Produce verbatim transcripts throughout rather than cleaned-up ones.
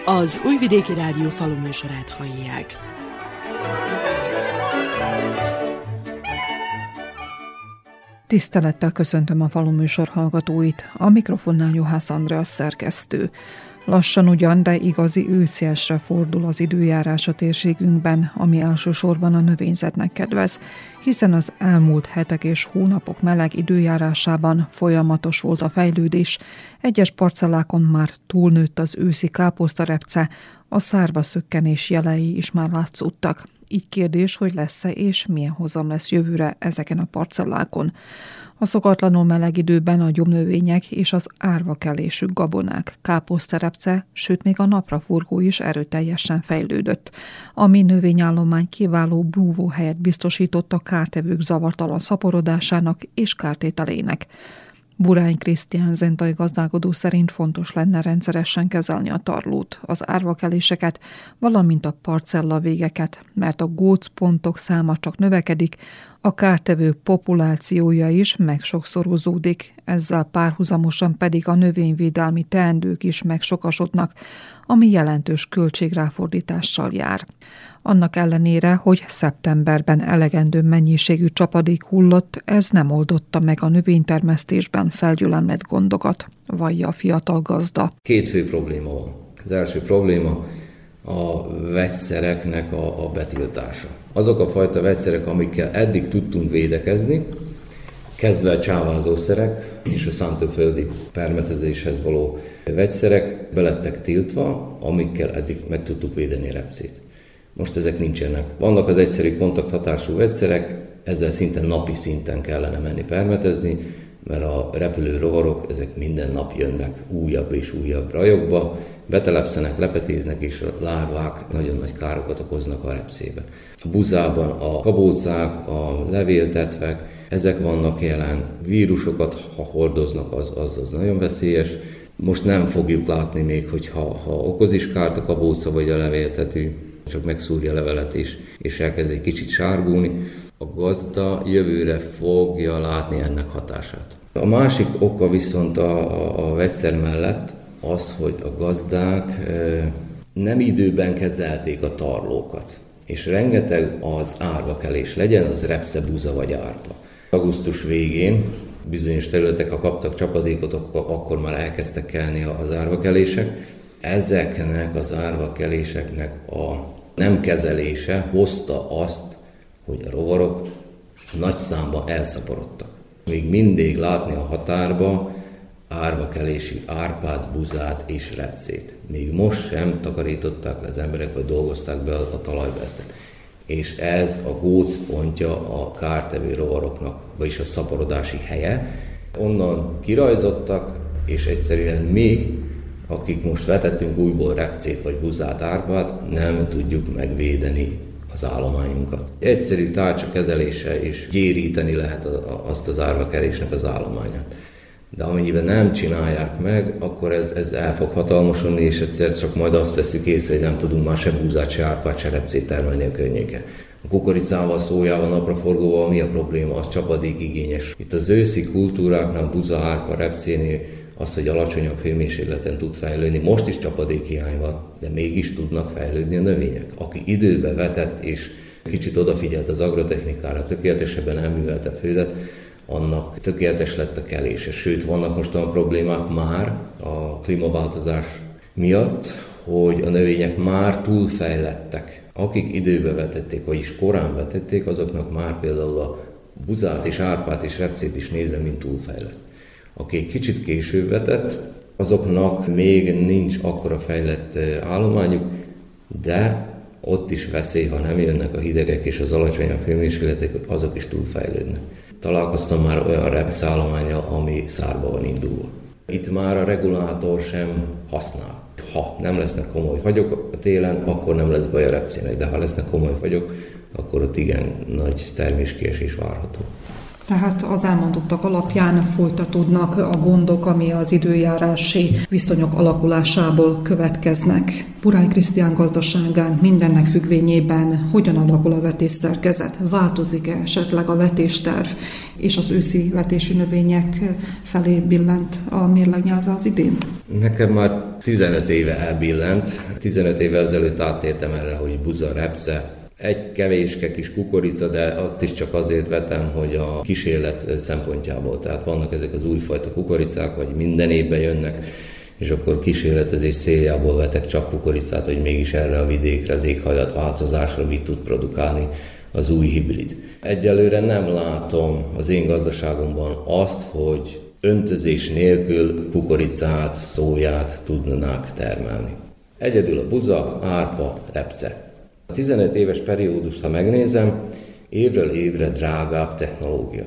Az Újvidéki Rádió faluműsorát hallják. Tisztelettel köszöntöm a faluműsor hallgatóit, a mikrofonnál Juhász Andrea szerkesztő. Lassan ugyan, de igazi ősziesre fordul az időjárás a térségünkben, ami elsősorban a növényzetnek kedvez, hiszen az elmúlt hetek és hónapok meleg időjárásában folyamatos volt a fejlődés, egyes parcellákon már túlnőtt az őszi káposztarepce, a szárvaszökkenés jelei is már látszódtak. Így kérdés, hogy lesz-e és milyen hozam lesz jövőre ezeken a parcellákon. A szokatlanul meleg időben a gyomnövények és az árvakelésű gabonák, káposzterepce, sőt még a napraforgó is erőteljesen fejlődött, ami növényállomány kiváló búvóhelyet biztosított a kártevők zavartalan szaporodásának és kártételének. Burány Krisztián zentai gazdálkodó szerint fontos lenne rendszeresen kezelni a tarlót, az árvakeléseket, valamint a parcella végeket, mert a gócpontok száma csak növekedik, a kártevők populációja is megsokszorozódik, ezzel párhuzamosan pedig a növényvédelmi teendők is megsokasodnak, ami jelentős költségráfordítással jár. Annak ellenére, hogy szeptemberben elegendő mennyiségű csapadék hullott, ez nem oldotta meg a növénytermesztésben felgyülemlett gondokat, vallja a fiatal gazda. Két fő probléma van. Az első probléma a vegyszereknek a, a betiltása. Azok a fajta vegyszerek, amikkel eddig tudtunk védekezni, kezdve a csávázószerek és a szántóföldi permetezéshez való vegyszerek belettek tiltva, amikkel eddig meg tudtuk védeni a repcét. Most ezek nincsenek. Vannak az egyszerű kontakthatású vegyszerek, ezzel szinte napi szinten kellene menni permetezni, mert a repülő rovarok, ezek minden nap jönnek újabb és újabb rajokba, betelepszenek, lepetéznek, és a lárvák nagyon nagy károkat okoznak a repszébe. A buzában a kabócák, a levéltetvek, ezek vannak jelen, vírusokat, ha hordoznak, az, az, az nagyon veszélyes. Most nem fogjuk látni még, hogy ha, ha okoz is kárt a kabóca vagy a levéltető, csak megszúrja a levelet is, és elkezd egy kicsit sárgulni, a gazda jövőre fogja látni ennek hatását. A másik oka viszont a, a, a vegyszer mellett az, hogy a gazdák e, nem időben kezelték a tarlókat, és rengeteg az árvakelés, legyen az repce, buza vagy árpa. Augusztus végén bizonyos területek, ha kaptak csapadékot, akkor, akkor már elkezdtek kelni az árvakelések. Ezeknek az árvakeléseknek a nem kezelése hozta azt, hogy a rovarok nagy számban elszaporodtak. Még mindig látni a határba árvakelési árpát, buzát és repcét. Még most sem takarították le az emberek, vagy dolgozták be a talajba ezt. És ez a gócpontja a kártevő rovaroknak, vagyis a szaporodási helye. Onnan kirajzottak, és egyszerűen mi, akik most vetettünk újból repcét vagy buzát, árpát, nem tudjuk megvédeni az állományunkat. Egyszerű tárcsa kezelése és gyéríteni lehet azt az árvakelésnek az állományát. De amennyiben nem csinálják meg, akkor ez, ez el fog hatalmasodni, és egyszer csak majd azt veszük észre, hogy nem tudunk már se búzát, se árpát, se repcét termelni a környéken. A kukoricával, szójával, napraforgóval mi a probléma? Az csapadékigényes. Itt az őszi kultúráknál, buza, árpa, repcénél az, hogy alacsonyabb hőmérsékleten tud fejlődni. Most is csapadékhiány van, de mégis tudnak fejlődni a növények. Aki időbe vetett és kicsit odafigyelt az agrotechnikára, tökéletesebben elművelte a földet, annak tökéletes lett a kelése. Sőt, vannak most olyan problémák már a klímaváltozás miatt, hogy a növények már túlfejlettek. Akik időbe vetették, vagyis korán vetették, azoknak már például a buzát és árpát és repcét is nézve, mint túlfejlett. Aki egy kicsit később vetett, azoknak még nincs akkora fejlett állományuk, de ott is veszély, ha nem jönnek a hidegek és az alacsonyabb hőmérsékletek, azok is túlfejlődnek. Találkoztam már olyan repceállománnyal, ami szárba van indulva. Itt már a regulátor sem használ. Ha nem lesznek komoly fagyok a télen, akkor nem lesz baj a repcének, de ha lesznek komoly fagyok, akkor ott igen nagy terméskiesés várható. Tehát az elmondottak alapján folytatódnak a gondok, ami az időjárási viszonyok alakulásából következnek. Burány Krisztián gazdaságán mindennek függvényében hogyan alakul a vetésszerkezet? Változik-e esetleg a vetésterv, és az őszi vetési növények felé billent a mérlegnyelve az idén? Nekem már tizenöt éve elbillent. tizenöt éve ezelőtt átértem erre, hogy buza, repce, egy kevéske kis kukorica, de azt is csak azért vetem, hogy a kísérlet szempontjából. Tehát vannak ezek az újfajta kukoricák, vagy minden évben jönnek, és akkor kísérletezés céljából vetek csak kukoricát, hogy mégis erre a vidékre, az éghajlatváltozásra mit tud produkálni az új hibrid. Egyelőre nem látom az én gazdaságomban azt, hogy öntözés nélkül kukoricát, szóját tudnánk termelni. Egyedül a buza, árpa, repce. A tizenöt éves periódust, ha megnézem, évről évre drágább technológia.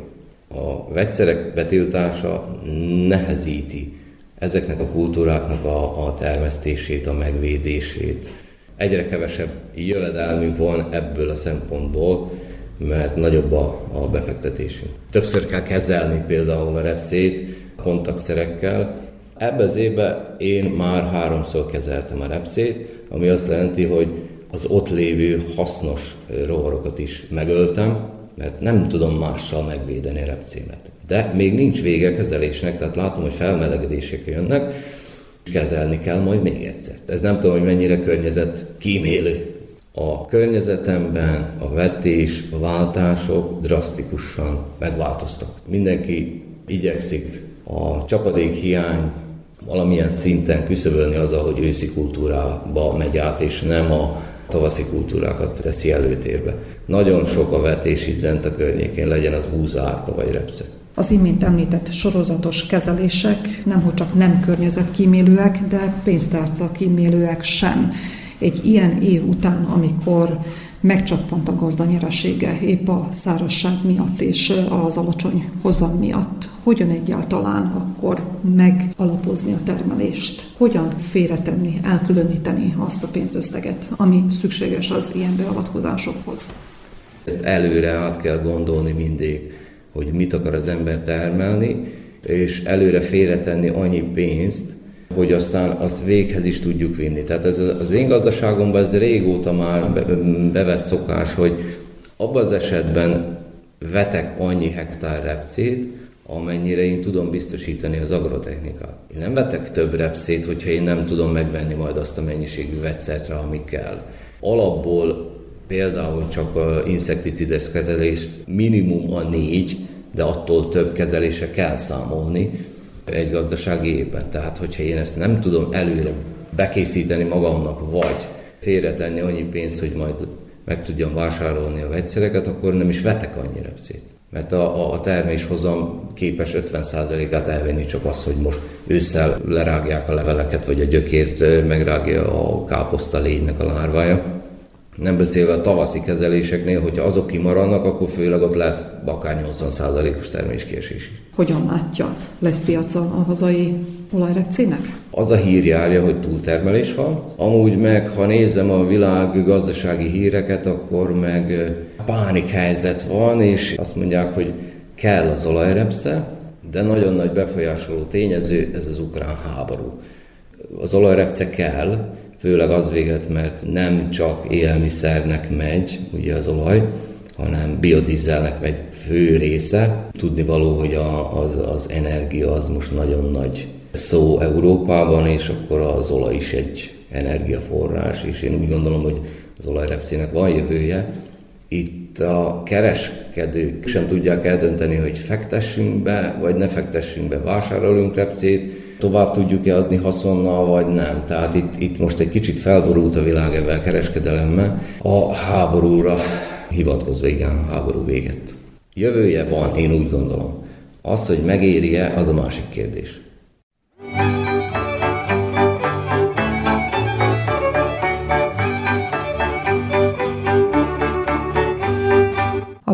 A vegyszerek betiltása nehezíti ezeknek a kultúráknak a, a termesztését, a megvédését. Egyre kevesebb jövedelmünk van ebből a szempontból, mert nagyobb a, a befektetésünk. Többször kell kezelni például a repcét kontaktszerekkel. Ebben az évben én már háromszor kezeltem a repcét, ami azt jelenti, hogy az ott lévő hasznos rovarokat is megöltem, mert nem tudom mással megvédeni a repcémet. De még nincs vége a kezelésnek, tehát látom, hogy felmelegedések jönnek, és kezelni kell majd még egyszer. Ez nem tudom, hogy mennyire környezetkímélő. A környezetemben a vetés, a váltások drasztikusan megváltoztak. Mindenki igyekszik a csapadék hiány valamilyen szinten küszöbölni azzal, hogy őszi kultúrába megy át, és nem a tavaszi kultúrákat teszi előtérbe. Nagyon sok a vetés zent a környékén, legyen az búza, árpa vagy repce. Az imént említett sorozatos kezelések nemhogy csak nem környezetkímélőek, de pénztárca kímélőek sem. Egy ilyen év után, amikor megcsappant a gazda nyeresége épp a szárazság miatt és az alacsony hozam miatt, hogyan egyáltalán akkor megalapozni a termelést? Hogyan félretenni, elkülöníteni azt a pénzösszeget, ami szükséges az ilyen beavatkozásokhoz? Ezt előre át kell gondolni mindig, hogy mit akar az ember termelni, és előre félretenni annyi pénzt, hogy aztán azt véghez is tudjuk vinni. Tehát ez az én gazdaságomban ez régóta már bevett szokás, hogy abban az esetben vetek annyi hektár repcét, amennyire én tudom biztosítani az agrotechnikát. Én nem vetek több repcét, hogyha én nem tudom megvenni majd azt a mennyiségű vegyszert rá, amit kell. Alapból például csak a insekticides kezelést minimum a négy, de attól több kezelése kell számolni egy gazdasági évben. Tehát, hogyha én ezt nem tudom előre bekészíteni magamnak, vagy félretenni annyi pénzt, hogy majd meg tudjam vásárolni a vegyszereket, akkor nem is vetek annyi repcét. Mert a, a terméshozam képes ötven százalékát elvenni csak az, hogy most ősszel lerágják a leveleket, vagy a gyökért megrágja a káposzta légynek a lárvája. Nem beszélve a tavaszi kezeléseknél, hogyha azok kimaradnak, akkor főleg ott lehet akár nyolcvan százalékos terméskiesés. Hogyan látja? Lesz piaca a hazai olajrepcének? Az a hír járja, hogy túltermelés van. Amúgy meg, ha nézem a világ gazdasági híreket, akkor meg pánikhelyzet van, és azt mondják, hogy kell az olajrepce, de nagyon nagy befolyásoló tényező, ez az ukrán háború. Az olajrepce kell, főleg az véget, mert nem csak élelmiszernek megy ugye az olaj, hanem biodízelnek megy fő része. Tudnivaló, hogy a, az, az energia az most nagyon nagy szó Európában, és akkor az olaj is egy energiaforrás, és én úgy gondolom, hogy az olajrepcének van jövője. Itt a kereskedők sem tudják eldönteni, hogy fektessünk be, vagy ne fektessünk be, vásároljunk repcét, tovább tudjuk-e adni haszonnal, vagy nem. Tehát itt, itt most egy kicsit felborult a világ ebben a kereskedelemmel. A háborúra hivatkozva, igen, a háború véget. Jövője van, én úgy gondolom. Az, hogy megéri-e, az a másik kérdés. A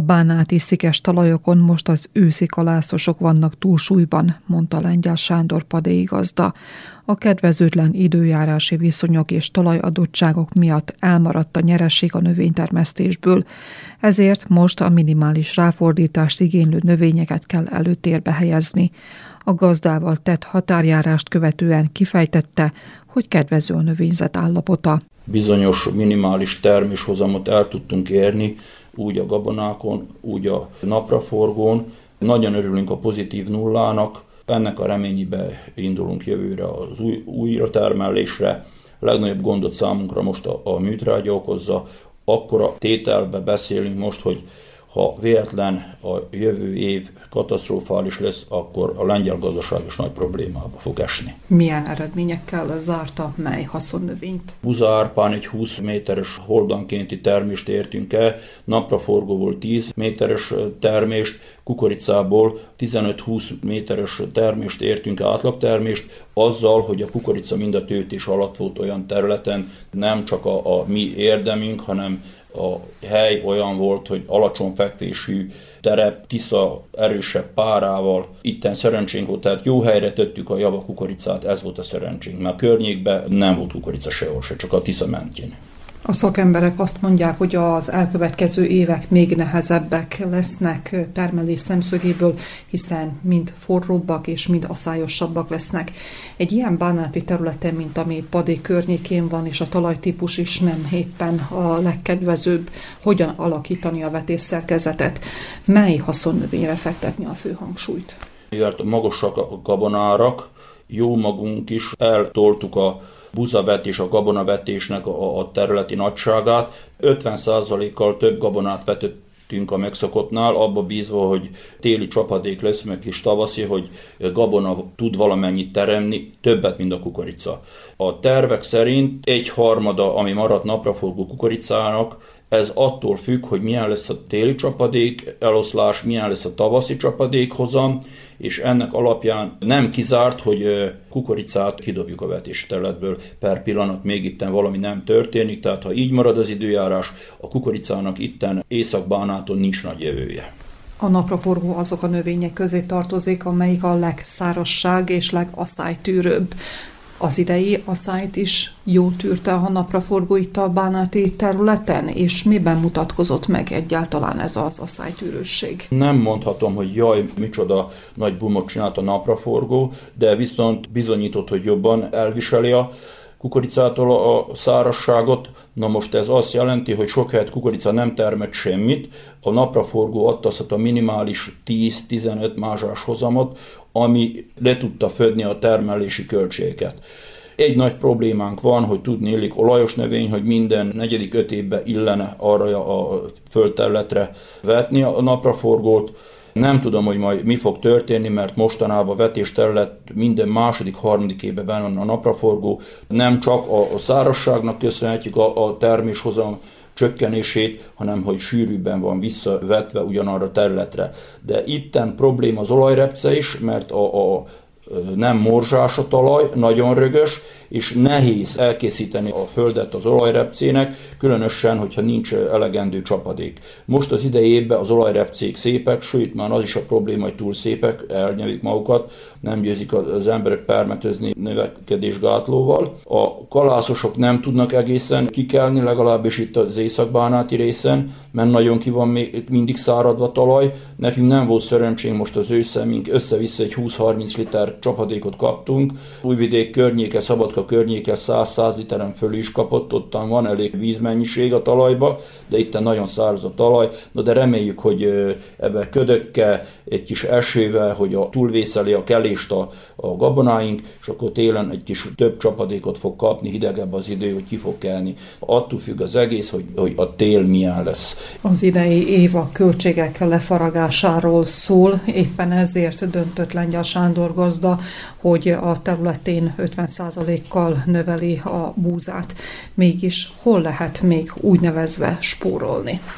bánáti szikes talajokon most az őszi kalászosok vannak túlsúlyban, mondta Lengyel Sándor padéi gazda. A kedvezőtlen időjárási viszonyok és talajadottságok miatt elmaradt a nyeresség a növénytermesztésből, ezért most a minimális ráfordítást igénylő növényeket kell előtérbe helyezni. A gazdával tett határjárást követően kifejtette, hogy kedvező a növényzet állapota. Bizonyos minimális terméshozamot el tudtunk érni, úgy a gabonákon, úgy a napraforgón. Nagyon örülünk a pozitív nullának, ennek a reményébe indulunk jövőre az új, újratermelésre. A legnagyobb gondot számunkra most a, a műtrágya okozza. Akkora tételbe beszélünk most, hogy ha véletlen a jövő év katasztrofális lesz, akkor a lengyel gazdaság is nagy problémába fog esni. Milyen eredményekkel zárta mely haszonnövényt? Buzaárpán egy húsz méteres holdankénti termést értünk el, napraforgóból tíz méteres termést, kukoricából tizenöt-húsz méteres termést értünk el, átlagtermést, azzal, hogy a kukorica mind a tőtés alatt volt olyan területen, nem csak a, a mi érdemünk, hanem a hely olyan volt, hogy alacsony fekvésű terep, Tisza erősebb párával. Itten szerencsénk volt, tehát jó helyre tettük a java kukoricát, ez volt a szerencsénk, mert a környékben nem volt kukorica sehol se, csak a Tisza mentjén. A szakemberek azt mondják, hogy az elkövetkező évek még nehezebbek lesznek termelés szemszögéből, hiszen mind forróbbak és mind aszályosabbak lesznek. Egy ilyen bánáti területen, mint ami Padé környékén van, és a talajtípus is nem éppen a legkedvezőbb, hogyan alakítani a vetésszerkezetet, mely haszonnövényre fektetni a fő hangsúlyt? Mivel magasak a gabonárak, jó magunk is eltoltuk a buzavetés, a gabonavetésnek a, a területi nagyságát. ötven százalékkal több gabonát vetettünk a megszokottnál, abba bízva, hogy téli csapadék lesz, meg kis tavaszi, hogy gabona tud valamennyit teremni, többet, mint a kukorica. A tervek szerint egy harmada, ami maradt napraforgó kukoricának, ez attól függ, hogy milyen lesz a téli csapadék eloszlás, milyen lesz a tavaszi csapadékhozam, és ennek alapján nem kizárt, hogy kukoricát kidobjuk a vetési területből. Per pillanat még itten valami nem történik, tehát ha így marad az időjárás, a kukoricának itten Észak-Bánáton nincs nagy jövője. A napraforgó azok a növények közé tartozik, amelyik a legszárazság és legaszálytűrőbb. Az idei aszályt is jól tűrte a napraforgó itt a bánáti területen, és miben mutatkozott meg egyáltalán ez az aszálytűrősség? Nem mondhatom, hogy jaj, micsoda nagy bumot csinált a napraforgó, de viszont bizonyított, hogy jobban elviseli a kukoricától a szárazságot. Na most ez azt jelenti, hogy sok helyet kukorica nem termett semmit, a napraforgó adta azt a minimális tíz-tizenöt mázsás hozamot, ami le tudta fedni a termelési költségeket. Egy nagy problémánk van, hogy tudni illik olajos növény, hogy minden negyedik öt évben illene arra a földterületre vetni a napraforgót. Nem tudom, hogy majd mi fog történni, mert mostanában vetésterület minden második, harmadik évben van a napraforgó. Nem csak a szárazságnak köszönhetjük a, a terméshozam csökkenését, hanem hogy sűrűbben van visszavetve ugyanarra a területre. De itten probléma az olajrepce is, mert a, a nem morzsás a talaj, nagyon rögös, és nehéz elkészíteni a földet az olajrepcének, különösen, hogyha nincs elegendő csapadék. Most az idei évben az olajrepcék szépek, sőt, már az is a probléma, hogy túl szépek, elnyevik magukat, nem győzik az emberek permetezni növekedésgátlóval. A kalászosok nem tudnak egészen kikelni, legalábbis itt az észak-bánáti részen, mert nagyon ki van még mindig száradva talaj. Nekünk nem volt szerencsénk most az ősszel, mink össze-vissza egy húsz-harminc liter csapadékot kaptunk. Újvidék környéke, Szabadka környéke száz-száz literen fölül is kapott, ottan van elég vízmennyiség a talajba, de itt nagyon száraz a talaj. Na de reméljük, hogy ebben ködökkel, egy kis esővel, hogy a túlvészeli a kelést a, a gabonáink, és akkor télen egy kis több csapadékot fog kapni, hidegebb az idő, hogy ki fog kelni. Attól függ az egész, hogy, hogy a tél milyen lesz. Az idei év a költségek lefaragásáról szól, éppen ezért döntött Lengyel Sándor gazda, hogy a területén ötven százalékkal növeli a búzát. Mégis hol lehet még úgynevezve spórolni?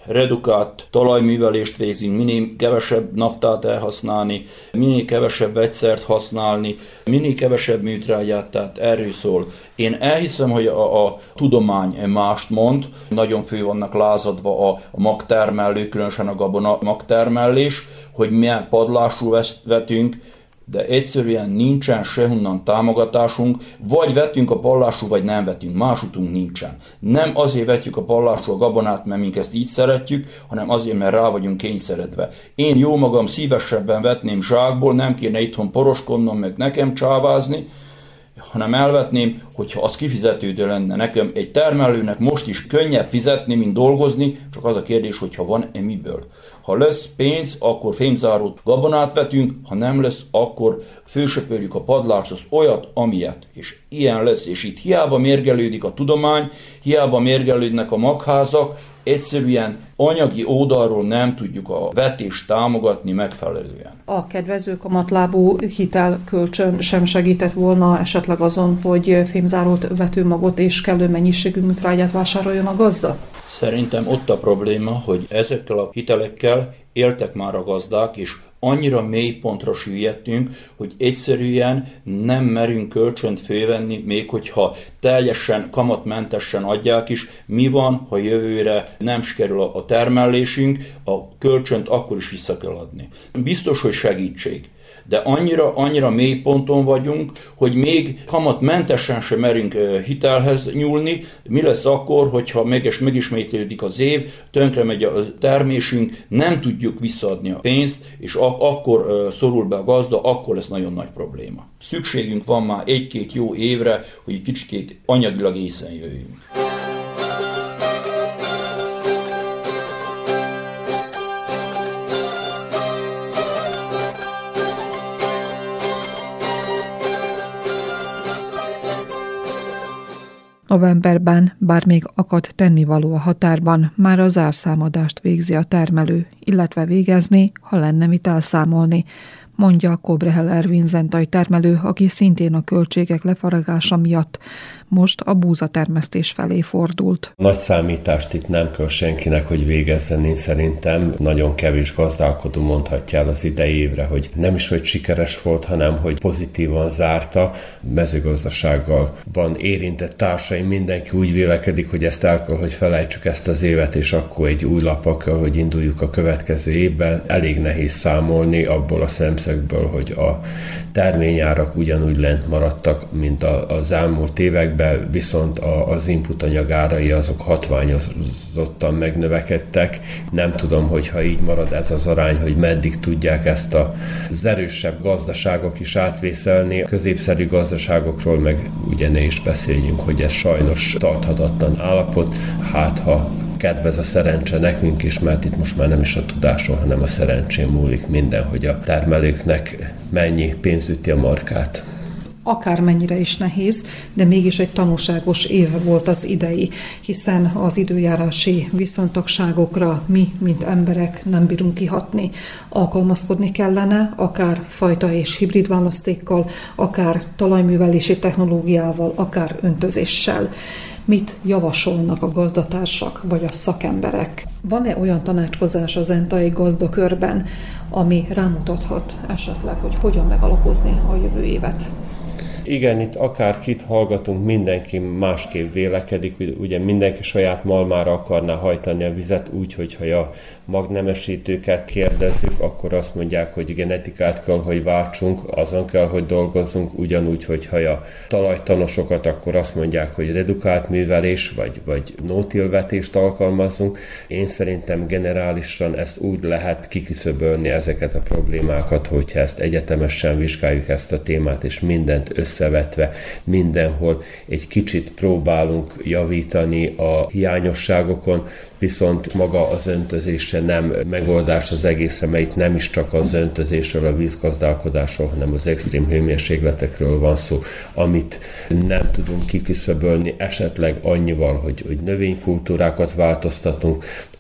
redukált talajművelést végzünk, minél kevesebb naftát elhasználni, minél kevesebb vegyszert használni, minél kevesebb műtrágyát, tehát erről szól. Én elhiszem, hogy a, a tudomány mást mond, nagyon fő vannak lázadva a, a magtermelő, különösen a gabona magtermelés, hogy milyen padlásul vetünk, de egyszerűen nincsen sehonnan támogatásunk, vagy vetünk a pallású, vagy nem vetünk, más utunk nincsen. Nem azért vetjük a pallású a gabonát, mert mink ezt így szeretjük, hanem azért, mert rá vagyunk kényszeredve. Én jó magam szívesebben vetném zsákból, nem kéne itthon poroskodnom, meg nekem csávázni, hanem elvetném, hogyha az kifizetődő lenne. Nekem egy termelőnek most is könnyebb fizetni, mint dolgozni, csak az a kérdés, hogyha van-e miből. Ha lesz pénz, akkor fémzárót gabonát vetünk, ha nem lesz, akkor fősöpörjük a padlást, az olyat, amilyet. És ilyen lesz, és itt hiába mérgelődik a tudomány, hiába mérgelődnek a magházak, egyszerűen anyagi oldalról nem tudjuk a vetést támogatni megfelelően. A kedvező kamatlábú hitelkölcsön sem segített volna esetleg azon, hogy fémzárolt vetőmagot és kellő mennyiségű műtrágyát vásároljon a gazda? Szerintem ott a probléma, hogy ezekkel a hitelekkel éltek már a gazdák, és annyira mély pontra süllyedtünk, hogy egyszerűen nem merünk kölcsönt fölvenni, még hogyha teljesen kamatmentesen adják is. Mi van, ha jövőre nem sikerül a termelésünk, a kölcsönt akkor is vissza kell adni. Biztos, hogy segítség. De annyira, annyira mély ponton vagyunk, hogy még kamatmentesen sem merünk hitelhez nyúlni. Mi lesz akkor, hogyha meg és megismétlődik az év, tönkre megy a termésünk, nem tudjuk visszaadni a pénzt, és ak- akkor szorul be a gazda, akkor lesz nagyon nagy probléma. Szükségünk van már egy-két jó évre, hogy egy kicsit anyagilag észen jöjjünk. Novemberben, bár még akad tennivaló a határban, már a zárszámadást végzi a termelő, illetve végezni, ha lenne mit elszámolni, mondja Kobreheller Vinzentai termelő, aki szintén a költségek lefaragása miatt most a búzatermesztés felé fordult. Nagy számítást itt nem kell senkinek, hogy végezzen, én szerintem nagyon kevés gazdálkodó mondhatja el az idei évre, hogy nem is, hogy sikeres volt, hanem hogy pozitívan zárta. Mezőgazdasággal van érintett társaim, mindenki úgy vélekedik, hogy ezt el kell, hogy felejtsük ezt az évet, és akkor egy új lappal kell, hogy induljuk a következő évben. Elég nehéz számolni abból a szemszögből, hogy a terményárak ugyanúgy lent maradtak, mint az elmúlt években, viszont az input anyagárai azok hatványozottan megnövekedtek. Nem tudom, hogyha így marad ez az arány, hogy meddig tudják ezt az erősebb gazdaságok is átvészelni. A középszerű gazdaságokról meg ugye ne is beszéljünk, hogy ez sajnos tarthatatlan állapot. Hát ha kedvez a szerencse nekünk is, mert itt most már nem is a tudáson, hanem a szerencsén múlik minden, hogy a termelőknek mennyi pénz üti a markát. Akármennyire is nehéz, de mégis egy tanúságos év volt az idei, hiszen az időjárási viszontagságokra mi, mint emberek nem bírunk kihatni. Alkalmazkodni kellene, akár fajta és hibrid választékkal, akár talajművelési technológiával, akár öntözéssel. Mit javasolnak a gazdatársak vagy a szakemberek? Van-e olyan tanácskozás az entai gazdakörben, ami rámutathat esetleg, hogy hogyan megalapozni a jövő évet? Igen, itt akárkit hallgatunk, mindenki másképp vélekedik, ugye mindenki saját malmára akarná hajtani a vizet, úgy, hogyha a magnemesítőket kérdezzük, akkor azt mondják, hogy genetikát kell, hogy váltsunk, azon kell, hogy dolgozzunk, ugyanúgy, hogyha a talajtanosokat, akkor azt mondják, hogy redukált művelés, vagy, vagy no-till-vetést alkalmazzunk. Én szerintem generálisan ezt úgy lehet kiküszöbölni ezeket a problémákat, hogyha ezt egyetemesen vizsgáljuk ezt a témát, és mindent össze összevetve mindenhol egy kicsit próbálunk javítani a hiányosságokon, viszont maga az öntözése nem megoldás az egészre, mert itt nem is csak az öntözésről, a vízgazdálkodásról, hanem az extrém hőmérsékletekről van szó, amit nem tudunk kiküszöbölni, esetleg annyival, hogy, hogy növénykultúrákat változtatunk,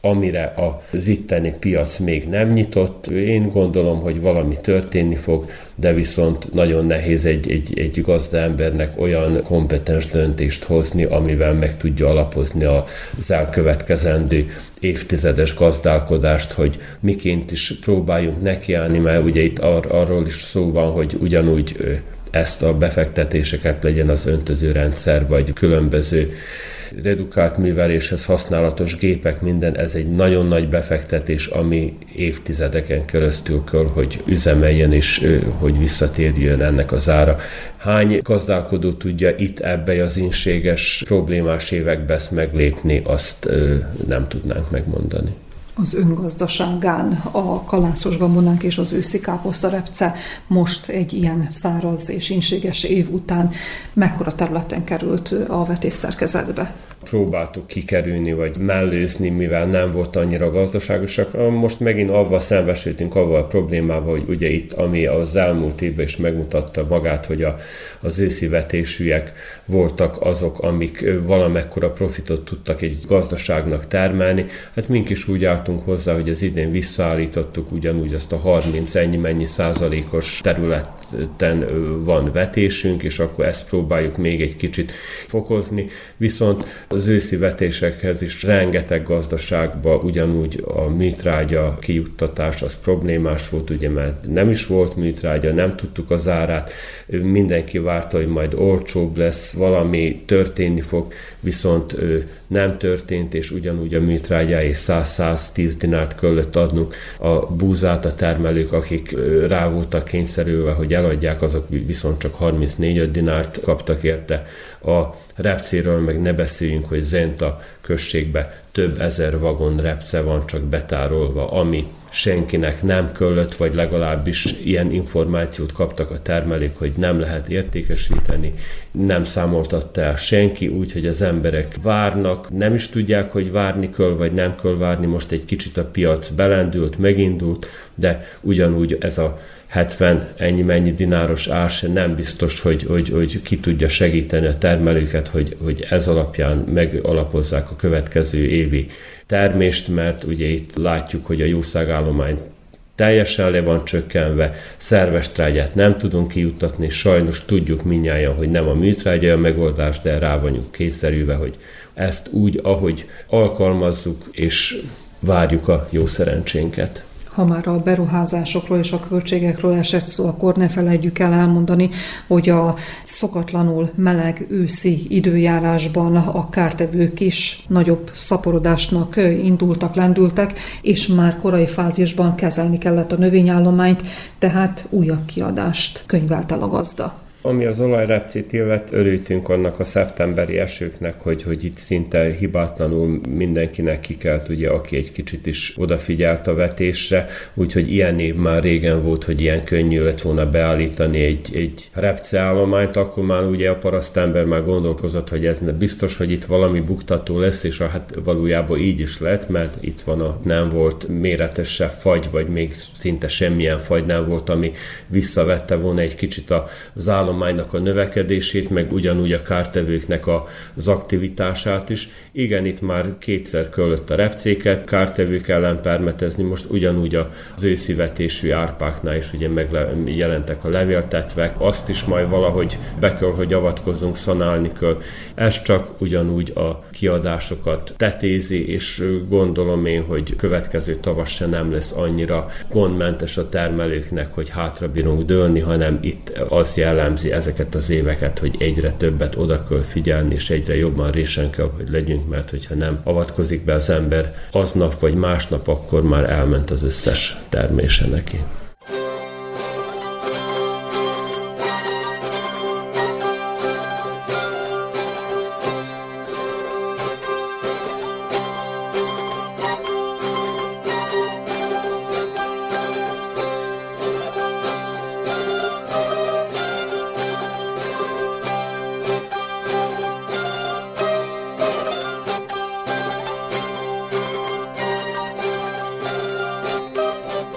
amire az itteni piac még nem nyitott. Én gondolom, hogy valami történni fog, de viszont nagyon nehéz egy, egy, egy gazdaembernek olyan kompetens döntést hozni, amivel meg tudja alapozni az elkövetkezendő évtizedes gazdálkodást, hogy miként is próbáljunk nekiállni, mert ugye itt ar- arról is szó van, hogy ugyanúgy ezt a befektetéseket legyen az öntözőrendszer, vagy különböző redukált műveléshez használatos gépek, minden, ez egy nagyon nagy befektetés, ami évtizedeken keresztül kell, hogy üzemeljen, és hogy visszatérjön ennek az ára. Hány gazdálkodó tudja itt ebbe az inséges, problémás évekbe ezt meglépni, azt nem tudnánk megmondani. Az öngazdaságán a kalászos gabonánk és az őszi káposztarepce most egy ilyen száraz és inséges év után mekkora területen került a vetésszerkezetbe? Próbáltuk kikerülni, vagy mellőzni, mivel nem volt annyira gazdaságosak. Most megint avval szembesültünk, avval a problémával, hogy ugye itt, ami az elmúlt évben is megmutatta magát, hogy a, az őszi vetésűek voltak azok, amik valamekkora profitot tudtak egy gazdaságnak termelni. Hát mink is úgy álltunk hozzá, hogy az idén visszaállítottuk ugyanúgy azt a harminc ennyi mennyi százalékos területen van vetésünk, és akkor ezt próbáljuk még egy kicsit fokozni. Viszont az őszi vetésekhez is rengeteg gazdaságban ugyanúgy a műtrágya kijuttatás az problémás volt, ugye, mert nem is volt műtrágya, nem tudtuk az árát, mindenki várta, hogy majd olcsóbb lesz, valami történni fog, viszont nem történt, és ugyanúgy a műtrágyáért száz-száztíz dinárt kellett adnunk. A búzát a termelők, akik rá voltak kényszerülve, hogy eladják, azok viszont csak harmincnégy dinárt kaptak érte. A repcéről meg ne beszéljünk, hogy Zenta községbe több ezer vagon repce van csak betárolva, ami senkinek nem kellett, vagy legalábbis ilyen információt kaptak a termelők, hogy nem lehet értékesíteni, nem számoltatta el senki, úgyhogy az emberek várnak, nem is tudják, hogy várni kell, vagy nem kell várni, most egy kicsit a piac belendült, megindult, de ugyanúgy ez a hetven ennyi mennyi dináros ár se nem biztos, hogy, hogy, hogy ki tudja segíteni a termelőket, hogy, hogy ez alapján megalapozzák a következő évi termést, mert ugye itt látjuk, hogy a jószágállomány teljesen le van csökkenve, szerves trágyát nem tudunk kijuttatni, sajnos tudjuk mindnyájan, hogy nem a műtrágya a megoldás, de rá vagyunk kényszerülve, hogy ezt úgy, ahogy alkalmazzuk, és várjuk a jó szerencsénket. Ha már a beruházásokról és a költségekről esett szó, akkor ne felejtjük el elmondani, hogy a szokatlanul meleg őszi időjárásban a kártevők is nagyobb szaporodásnak indultak, lendültek, és már korai fázisban kezelni kellett a növényállományt, tehát újabb kiadást könyvelt el a gazda. Ami az olajrepcét illet, örültünk annak a szeptemberi esőknek, hogy, hogy itt szinte hibátlanul mindenkinek kikelt, ugye, aki egy kicsit is odafigyelt a vetésre, úgyhogy ilyen év már régen volt, hogy ilyen könnyű lett volna beállítani egy, egy repceállományt, akkor már ugye a parasztember már gondolkozott, hogy ez biztos, hogy itt valami buktató lesz, és a, hát valójában így is lett, mert itt van a nem volt méretes se fagy, vagy még szinte semmilyen fagy nem volt, ami visszavette volna egy kicsit az állománynak a növekedését, meg ugyanúgy a kártevőknek az aktivitását is. Igen, itt már kétszer kellett a repcéket kártevők ellen permetezni, most ugyanúgy az őszi vetésű árpáknál is ugye megjelentek a levéltetvek, azt is majd valahogy be kell, hogy avatkozzunk, szanálni kell. Ez csak ugyanúgy a kiadásokat tetézi, és gondolom én, hogy következő tavasz se nem lesz annyira gondmentes a termelőknek, hogy hátra bírunk dőlni, hanem itt az jellemzi ezeket az éveket, hogy egyre többet oda kell figyelni, és egyre jobban résen kell, hogy legyünk, mert hogyha nem avatkozik be az ember aznap vagy másnap, akkor már elment az összes termése neki.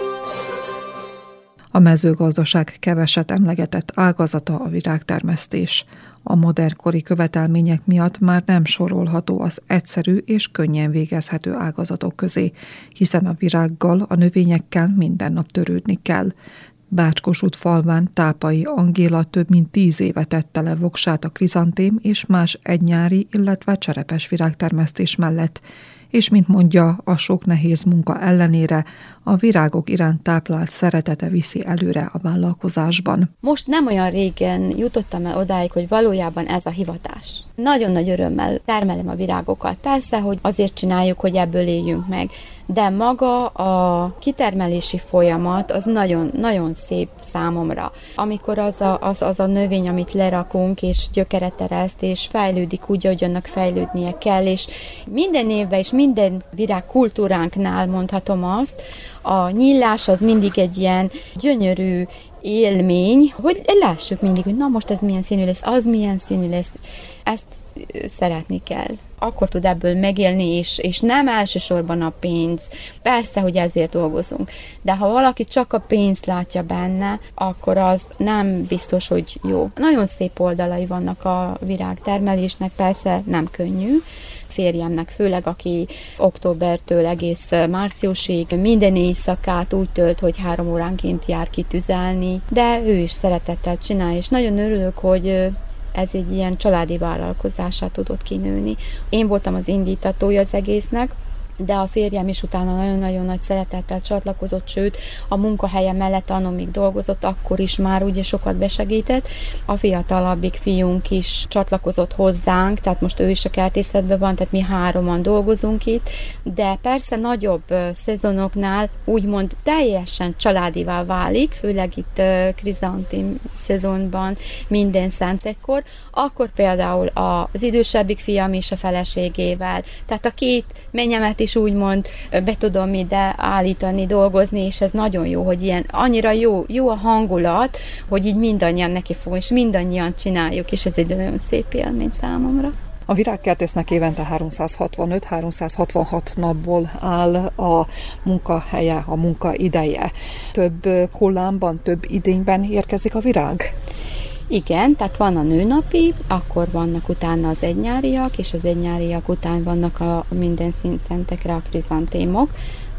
A mezőgazdaság keveset emlegetett ágazata a virágtermesztés. A modernkori követelmények miatt már nem sorolható az egyszerű és könnyen végezhető ágazatok közé, hiszen a virággal, a növényekkel minden nap törődni kell. Bács-Kossuth falván Tápai Angéla több mint tíz éve tette le voksát a krizantém és más egynyári, illetve cserepes virágtermesztés mellett, és mint mondja, a sok nehéz munka ellenére a virágok iránt táplált szeretete viszi előre a vállalkozásban. Most nem olyan régen jutottam el odáig, hogy valójában ez a hivatás. Nagyon nagy örömmel termelem a virágokat. Persze, hogy azért csináljuk, hogy ebből éljünk meg, de maga a kitermelési folyamat az nagyon, nagyon szép számomra. Amikor az a, az, az a növény, amit lerakunk, és gyökeret ereszt, és fejlődik úgy, hogy annak fejlődnie kell, és minden évben és minden virágkultúránknál mondhatom azt, a nyílás az mindig egy ilyen gyönyörű élmény, hogy lássuk mindig, hogy na most ez milyen színű lesz, az milyen színű lesz. Ezt szeretni kell. Akkor tud ebből megélni, és, és nem elsősorban a pénz. Persze, hogy ezért dolgozunk. De ha valaki csak a pénzt látja benne, akkor az nem biztos, hogy jó. Nagyon szép oldalai vannak a virágtermelésnek, persze nem könnyű. Férjemnek főleg, aki októbertől egész márciusig minden éjszakát úgy tölt, hogy három óránként jár kitüzelni, de ő is szeretettel csinál, és nagyon örülök, hogy ez egy ilyen családi vállalkozását tudott kinőni. Én voltam az indítatója az egésznek, de a férjem is utána nagyon-nagyon nagy szeretettel csatlakozott, sőt, a munkahelye mellett annomig dolgozott, akkor is már ugye sokat besegített. A fiatalabbik fiunk is csatlakozott hozzánk, tehát most ő is a kertészetben van, tehát mi hároman dolgozunk itt, de persze nagyobb szezonoknál úgymond teljesen családivá válik, főleg itt krizantém szezonban, minden szentekkor, akkor például az idősebbik fiam is a feleségével, tehát a két menyemet is úgymond be tudom ide állítani, dolgozni, és ez nagyon jó, hogy ilyen annyira jó, jó a hangulat, hogy így mindannyian neki fogunk, és mindannyian csináljuk, és ez egy nagyon szép élmény számomra. A virágkertésznek évente háromszázhatvanöt-háromszázhatvanhat napból áll a munkahelye, a munkaideje. Több hullámban, több idényben érkezik a virág? Igen, tehát van a nőnapi, akkor vannak utána az egynyáriak, és az egynyáriak után vannak a minden színszentekre a krizantémok,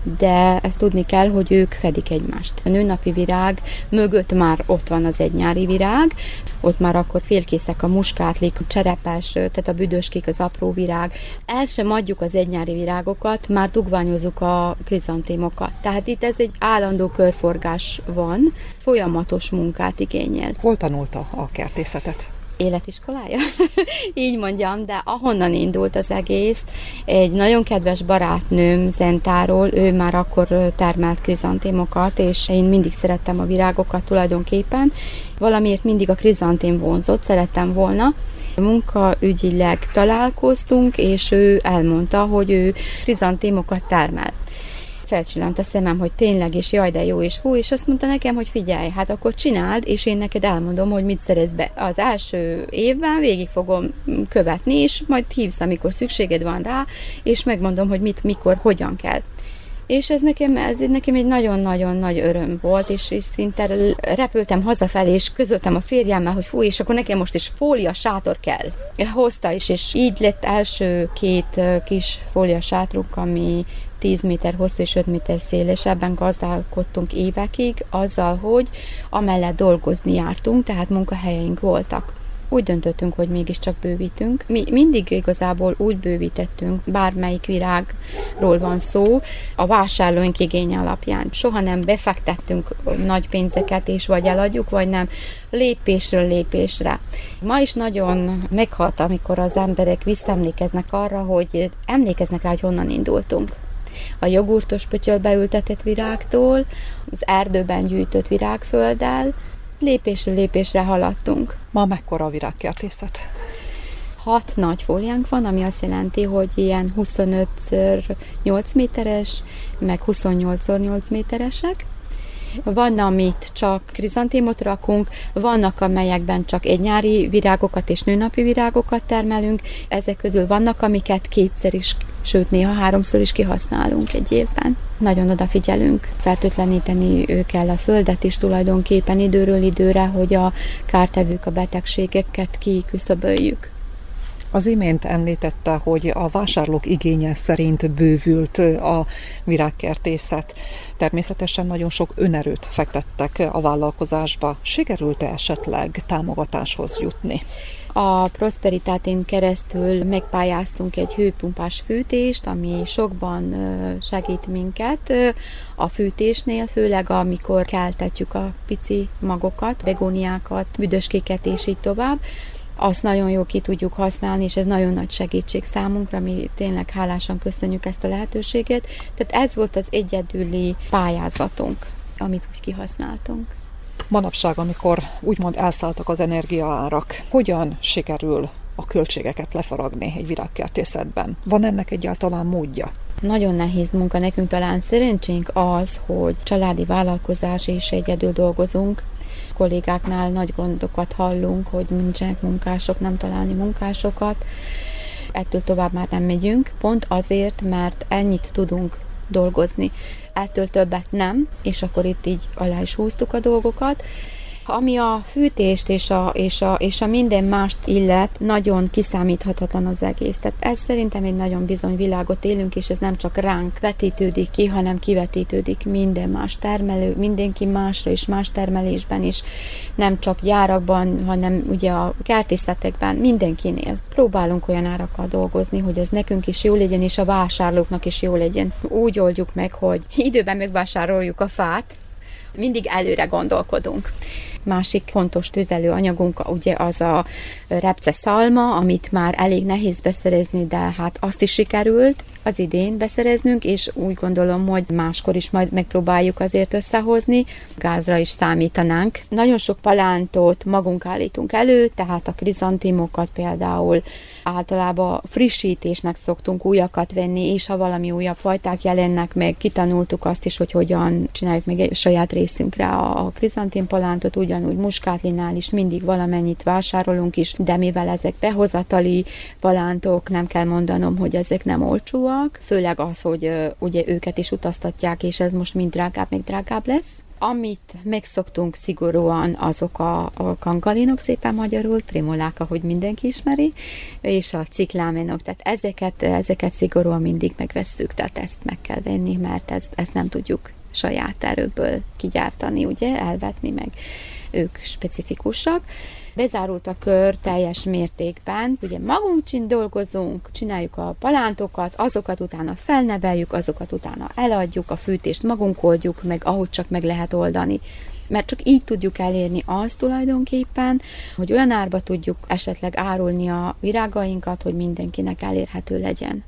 de ezt tudni kell, hogy ők fedik egymást. A nőnapi virág mögött már ott van az egynyári virág, ott már akkor félkészek a muskátlik, a cserepes, tehát a büdöskik, az apró virág. El sem adjuk az egynyári virágokat, már dugványozzuk a krizantémokat. Tehát itt ez egy állandó körforgás van, folyamatos munkát igényel. Hol tanulta a kertészetet? Életiskolája? Így mondjam, de ahonnan indult az egész, egy nagyon kedves barátnőm Zentáról, ő már akkor termelt krizantémokat, és én mindig szerettem a virágokat tulajdonképpen. Valamiért mindig a krizantém vonzott, szerettem volna. Munkaügyileg találkoztunk, és ő elmondta, hogy ő krizantémokat termel. Felcsillant a szemem, hogy tényleg, és jaj, de jó, és hú, és azt mondta nekem, hogy figyelj, hát akkor csináld, és én neked elmondom, hogy mit szerez be. Az első évben végig fogom követni, és majd hívsz, amikor szükséged van rá, és megmondom, hogy mit, mikor, hogyan kell. És ez nekem, ez nekem egy nagyon-nagyon nagy öröm volt, és, és szinte repültem hazafelé, és közöltem a férjemmel, hogy fú, és akkor nekem most is fólia sátor kell. Hozta is, és így lett első két kis fólia sátrunk, ami tíz méter hosszú és öt méter széles, ebben gazdálkodtunk évekig, azzal, hogy amellett dolgozni jártunk, tehát munkahelyeink voltak. Úgy döntöttünk, hogy mégiscsak bővítünk. Mi mindig igazából úgy bővítettünk, bármelyik virágról van szó, a vásárlóink igénye alapján. Soha nem befektettünk nagy pénzeket, és vagy eladjuk, vagy nem. Lépésről lépésre. Ma is nagyon meghat, amikor az emberek visszaemlékeznek arra, hogy emlékeznek rá, hogy honnan indultunk. A jogurtos pötyölbe ültetett virágtól, az erdőben gyűjtött virágfölddel, lépésről lépésre haladtunk. Ma mekkora a virágkertészet? Hat nagy fóliánk van, ami azt jelenti, hogy ilyen huszonöt szor nyolc méteres, meg huszonnyolc szor nyolc méteresek. Van, amit csak krizantémot rakunk, vannak, amelyekben csak egynyári virágokat és nőnapi virágokat termelünk. Ezek közül vannak, amiket kétszer is sőt néha háromszor is kihasználunk egy évben. Nagyon odafigyelünk, fertőtleníteni kell a földet is tulajdonképpen időről időre, hogy a kártevők, a betegségeket kiküszöböljük. Az imént említette, hogy a vásárlók igénye szerint bővült a virágkertészet. Természetesen nagyon sok önerőt fektettek a vállalkozásba. Sikerült-e esetleg támogatáshoz jutni? A Prosperitátén keresztül megpályáztunk egy hőpumpás fűtést, ami sokban segít minket a fűtésnél, főleg amikor keltetjük a pici magokat, begóniákat, büdöskéket és így tovább. Azt nagyon jól ki tudjuk használni, és ez nagyon nagy segítség számunkra, mi tényleg hálásan köszönjük ezt a lehetőséget. Tehát ez volt az egyedüli pályázatunk, amit úgy kihasználtunk. Manapság, amikor úgymond elszálltak az energiaárak, hogyan sikerül a költségeket lefaragni egy virágkertészetben? Van ennek egyáltalán módja? Nagyon nehéz munka nekünk, talán szerencsénk az, hogy családi vállalkozás és egyedül dolgozunk. Kollégáknál nagy gondokat hallunk, hogy nincsenek munkások, nem találni munkásokat. Ettől tovább már nem megyünk, pont azért, mert ennyit tudunk dolgozni. Ettől többet nem, és akkor itt így alá is húztuk a dolgokat. Ami a fűtést és a, és, a, és a minden mást illet, nagyon kiszámíthatatlan az egész. Tehát ez szerintem egy nagyon bizony világot élünk, és ez nem csak ránk vetítődik ki, hanem kivetítődik minden más termelő, mindenki másra és más termelésben is, nem csak gyárakban, hanem ugye a kertészetekben, mindenkinél. Próbálunk olyan árakkal dolgozni, hogy az nekünk is jó legyen, és a vásárlóknak is jó legyen. Úgy oldjuk meg, hogy időben megvásároljuk a fát, mindig előre gondolkodunk. Másik fontos tüzelőanyagunk ugye az a repce szalma, amit már elég nehéz beszerezni, de hát azt is sikerült az idén beszereznünk, és úgy gondolom, hogy máskor is majd megpróbáljuk azért összehozni. Gázra is számítanánk. Nagyon sok palántot magunk állítunk elő, tehát a krizantimokat például általában frissítésnek szoktunk újakat venni, és ha valami újabb fajták jelennek meg, kitanultuk azt is, hogy hogyan csináljuk meg egy saját részünkre a krizantim palántot, ugyanúgy muskátlinál is mindig valamennyit vásárolunk is, de mivel ezek behozatali palántok, nem kell mondanom, hogy ezek nem olcsóak, főleg az, hogy uh, ugye őket is utaztatják, és ez most mind drágább, még drágább lesz. Amit megszoktunk szigorúan, azok a, a kangalinok, szépen magyarul, primulák, ahogy mindenki ismeri, és a ciklámenok, tehát ezeket, ezeket szigorúan mindig megvesszük, tehát ezt meg kell venni, mert ezt, ezt nem tudjuk saját erőből kigyártani, ugye, elvetni meg, ők specifikusak. Bezárult a kör teljes mértékben, ugye magunk csin dolgozunk, csináljuk a palántokat, azokat utána felneveljük, azokat utána eladjuk, a fűtést magunk oldjuk meg, ahogy csak meg lehet oldani. Mert csak így tudjuk elérni azt tulajdonképpen, hogy olyan árba tudjuk esetleg árulni a virágainkat, hogy mindenkinek elérhető legyen.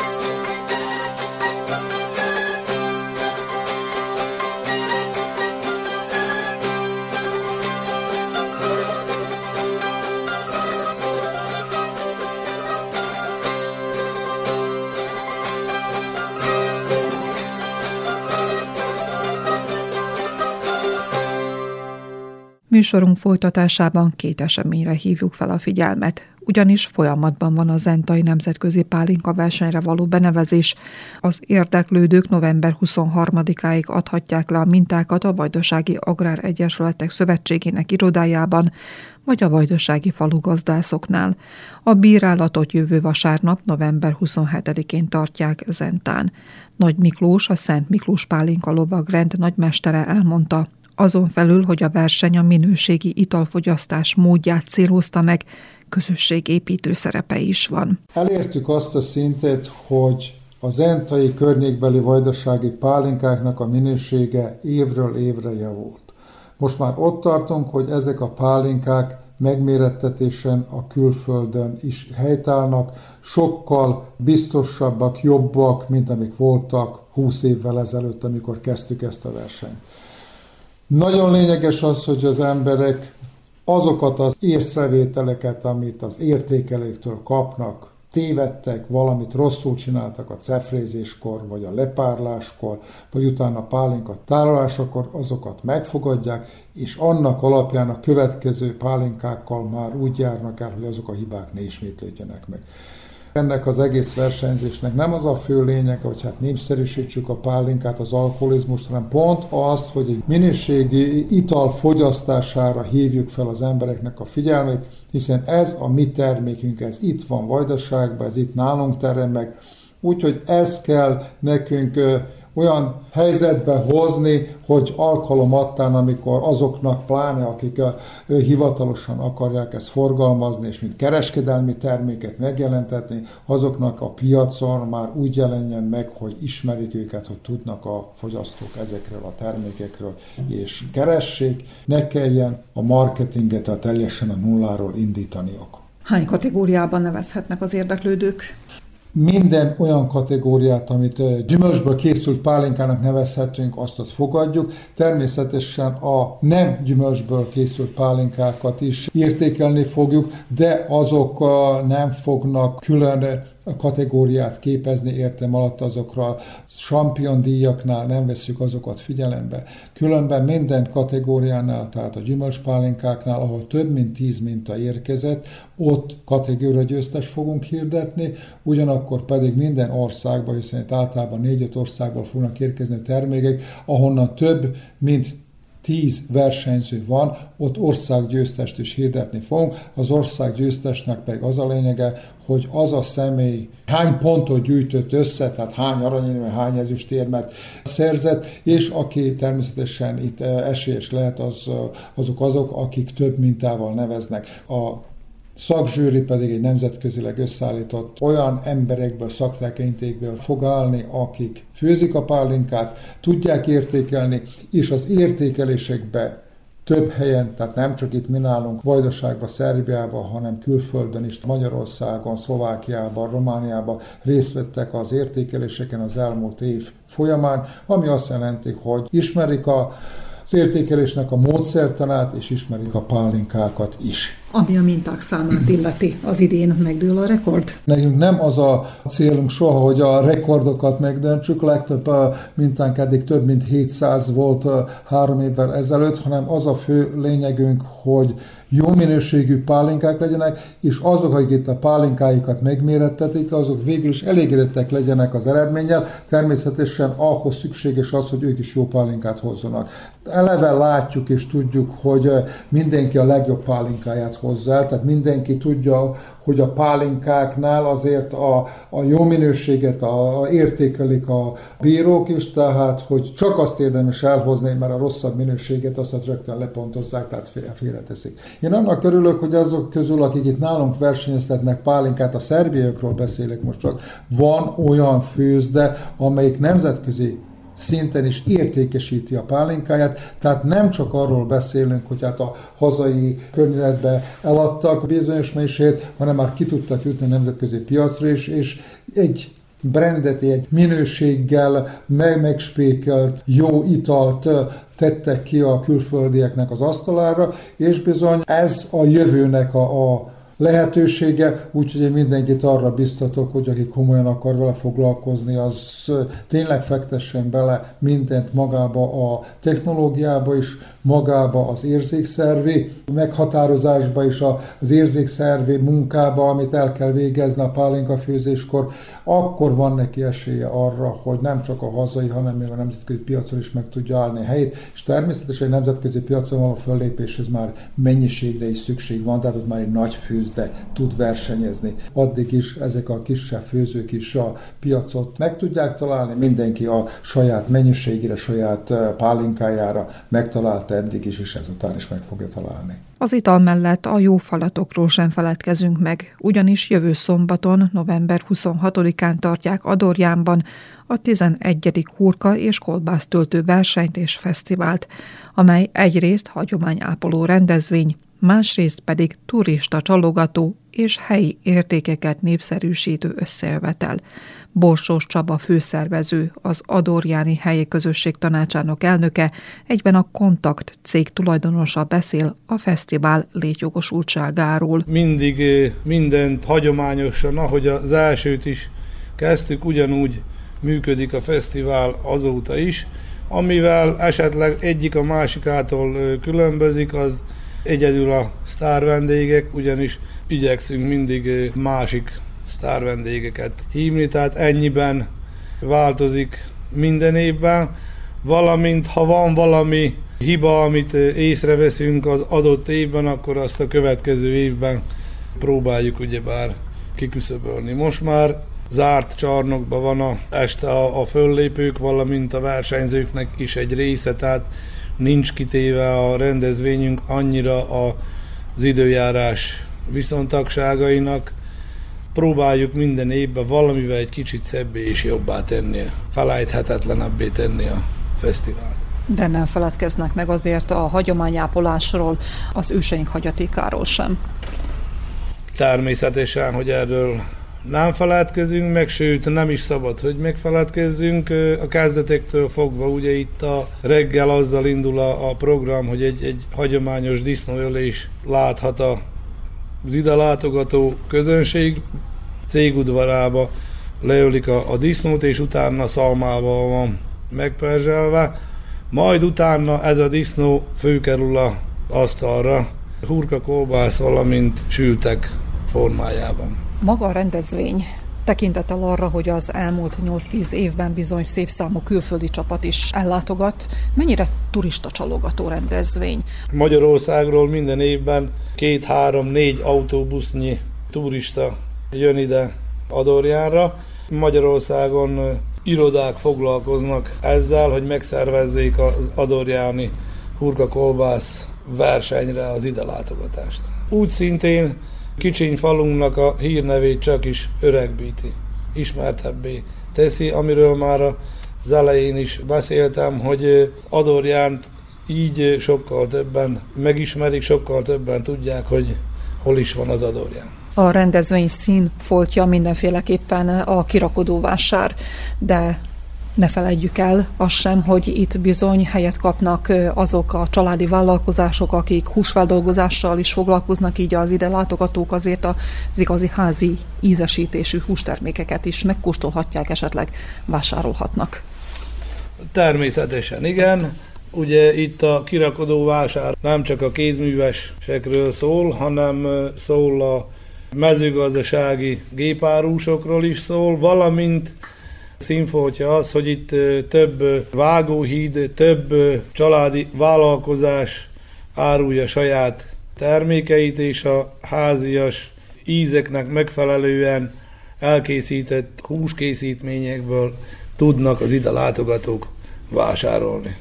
Műsorunk folytatásában két eseményre hívjuk fel a figyelmet, ugyanis folyamatban van a Zentai Nemzetközi Pálinka versenyre való benevezés. Az érdeklődők november huszonharmadikáig adhatják le a mintákat a Vajdasági Agrár Egyesületek Szövetségének irodájában, vagy a vajdasági falugazdászoknál. A bírálatot jövő vasárnap, november huszonhetedikén tartják Zentán. Nagy Miklós, a Szent Miklós Pálinka lovagrend nagymestere elmondta, azon felül, hogy a verseny a minőségi italfogyasztás módját célozta meg, közösségépítő szerepe is van. Elértük azt a szintet, hogy a zentai környékbeli vajdasági pálinkáknak a minősége évről évre javult. Most már ott tartunk, hogy ezek a pálinkák megmérettetésen a külföldön is helytállnak, sokkal biztosabbak, jobbak, mint amik voltak húsz évvel ezelőtt, amikor kezdtük ezt a versenyt. Nagyon lényeges az, hogy az emberek azokat az észrevételeket, amit az értékeléktől kapnak, tévedtek, valamit rosszul csináltak a cefrézéskor, vagy a lepárláskor, vagy utána a pálinka tárolásakor, azokat megfogadják, és annak alapján a következő pálinkákkal már úgy járnak el, hogy azok a hibák ne ismétlődjenek meg. Ennek az egész versenyzésnek nem az a fő lényege, hogy hát népszerűsítsük a pálinkát, az alkoholizmust, hanem pont azt, hogy egy minőségi ital fogyasztására hívjuk fel az embereknek a figyelmét, hiszen ez a mi termékünk, ez itt van Vajdaságban, ez itt nálunk terem meg, úgyhogy ezt kell nekünk olyan helyzetbe hozni, hogy alkalomattán, amikor azoknak, pláne akik hivatalosan akarják ezt forgalmazni, és mint kereskedelmi terméket megjelentetni, azoknak a piacon már úgy jelenjen meg, hogy ismerik őket, hogy tudnak a fogyasztók ezekről a termékekről, és keressék, ne kelljen a marketinget a teljesen a nulláról indítaniok. Hány kategóriában nevezhetnek az érdeklődők? Minden olyan kategóriát, amit gyümölcsből készült pálinkának nevezhetünk, azt ott fogadjuk. Természetesen a nem gyümölcsből készült pálinkákat is értékelni fogjuk, de azok nem fognak külön kategóriát képezni, értem alatt azokra a champion-díjaknál nem vesszük azokat figyelembe. Különben minden kategóriánál, tehát a gyümölcspálinkáknál, ahol több mint tíz minta érkezett, ott kategória győztes fogunk hirdetni, ugyanakkor pedig minden országban, hiszen itt általában négy-öt országból fognak érkezni termékek, ahonnan több mint tíz versenyző van, ott országgyőztest is hirdetni fogunk. Az országgyőztesnek pedig az a lényege, hogy az a személy hány pontot gyűjtött össze, tehát hány aranyérmet, hány ezüstérmet szerzett, és aki természetesen itt esélyes lehet, az, azok azok, akik több mintával neveznek. A szakzsűri pedig egy nemzetközileg összeállított olyan emberekből, szaktekintékből fog állni, akik főzik a pálinkát, tudják értékelni, és az értékelésekbe több helyen, tehát nem csak itt mi nálunk, Vajdaságban, Szerbiában, hanem külföldön is, Magyarországon, Szlovákiában, Romániában részt vettek az értékeléseken az elmúlt év folyamán, ami azt jelenti, hogy ismerik a az értékelésnek a módszertanát, és ismerik a pálinkákat is. Ami a minták számát illeti, az idén megdől a rekord? Nekünk nem az a célunk soha, hogy a rekordokat megdöntsük, legtöbb mintánk eddig több mint hétszáz volt három évvel ezelőtt, hanem az a fő lényegünk, hogy jó minőségű pálinkák legyenek, és azok, akik itt a pálinkáikat megmérettetik, azok végül is elégedettek legyenek az eredménnyel. Természetesen ahhoz szükséges az, hogy ők is jó pálinkát hozzanak. Eleve látjuk és tudjuk, hogy mindenki a legjobb pálinkáját hozzá, tehát mindenki tudja, hogy a pálinkáknál azért a, a jó minőséget a, a értékelik a bírók is, tehát hogy csak azt érdemes elhozni, mert a rosszabb minőséget azt rögtön lepontozzák, tehát félreteszik. Én annak örülök, hogy azok közül, akik itt nálunk versenyeztetnek pálinkát, a szerbiaiakról beszélek most csak, van olyan főzde, amelyik nemzetközi szinten is értékesíti a pálinkáját, tehát nem csak arról beszélünk, hogy hát a hazai környezetben eladtak bizonyos mennyiséget, hanem már ki tudtak jutni a nemzetközi piacra is, és egy brandet, egy minőséggel meg- megspékelt jó italt tettek ki a külföldieknek az asztalára, és bizony ez a jövőnek a, a lehetősége, úgyhogy én mindenkit arra biztatok, hogy aki komolyan akar vele foglalkozni, az tényleg fektessen bele mindent magába a technológiába is, magába az érzékszervi meghatározásba is, az érzékszervi munkába, amit el kell végezni a pálinkafőzéskor, akkor van neki esélye arra, hogy nem csak a hazai, hanem még a nemzetközi piacon is meg tudja állni a helyét, és természetesen egy nemzetközi piacon való föllépéshez már mennyiségre is szükség van, tehát ott már egy nagy főzde tud versenyezni. Addig is ezek a kisebb főzők is a piacot meg tudják találni, mindenki a saját mennyiségére, saját pálinkájára megtalálta eddig is, és ezután is meg fogja találni. Az ital mellett a jó falatokról sem feledkezünk meg, ugyanis jövő szombaton, november huszonhatodikán tartják Adorjánban a tizenegyedik hurka és kolbásztöltő versenyt és fesztivált, amely egyrészt hagyományápoló rendezvény, másrészt pedig turista csalogató és helyi értékeket népszerűsítő összejövetel. Borsós Csaba főszervező, az Adorjáni Helyi Közösség Tanácsának elnöke, egyben a Kontakt cég tulajdonosa beszél a fesztivál létjogosultságáról. Mindig mindent hagyományosan, ahogy az elsőt is kezdtük, ugyanúgy működik a fesztivál azóta is. Amivel esetleg egyik a másikától különbözik, az egyedül a sztár vendégek, ugyanis igyekszünk mindig másik sztárvendégeket hívni, tehát ennyiben változik minden évben, valamint ha van valami hiba, amit észreveszünk az adott évben, akkor azt a következő évben próbáljuk ugyebár kiküszöbölni. Most már zárt csarnokban van a, este a, a föllépők, valamint a versenyzőknek is egy része, tehát nincs kitéve a rendezvényünk annyira az időjárás viszontagságainak. Próbáljuk minden évben valamivel egy kicsit szebbé és jobbá tenni, felejthetetlenebbé tenni a fesztivált. De nem feledkeznek meg azért a hagyományápolásról, az őseink hagyatékáról sem. Természetesen, hogy erről nem feledkezünk meg, sőt nem is szabad, hogy megfeledkezzünk. A kezdetektől fogva ugye itt a reggel azzal indul a, a program, hogy egy, egy hagyományos disznóölés láthat a, az ide látogató közönség. Cégudvarába leölik a, a disznót, és utána szalmával van megperzselve. Majd utána ez a disznó fölkerül az asztalra, hurka, kolbász, valamint sültek formájában. Maga a rendezvény tekintettel arra, hogy az elmúlt nyolc-tíz évben bizony szép számú külföldi csapat is ellátogat, mennyire turista csalogató rendezvény? Magyarországról minden évben két-három-négy autóbusznyi turista jön ide Adorjánra. Magyarországon irodák foglalkoznak ezzel, hogy megszervezzék az adorjáni hurka-kolbász versenyre az ide látogatást. Úgy szintén kicsiny falunknak a hírnevét csak is öregbíti, ismertebbé teszi, amiről már az elején is beszéltem, hogy Adorjánt így sokkal többen megismerik, sokkal többen tudják, hogy hol is van az Adorján. A rendezvény színfoltja mindenféleképpen a kirakodóvásár, de ne feledjük el azt sem, hogy itt bizony helyet kapnak azok a családi vállalkozások, akik húsfeldolgozással is foglalkoznak, így az ide látogatók azért az igazi házi ízesítésű hústermékeket is megkóstolhatják, esetleg vásárolhatnak. Természetesen igen. Ugye itt a kirakodóvásár nem csak a kézművesekről szól, hanem szól a mezőgazdasági gépárusokról is szól, valamint színfoltja az, hogy itt több vágóhíd, több családi vállalkozás árulja saját termékeit, és a házias ízeknek megfelelően elkészített húskészítményekből tudnak az ide látogatók vásárolni.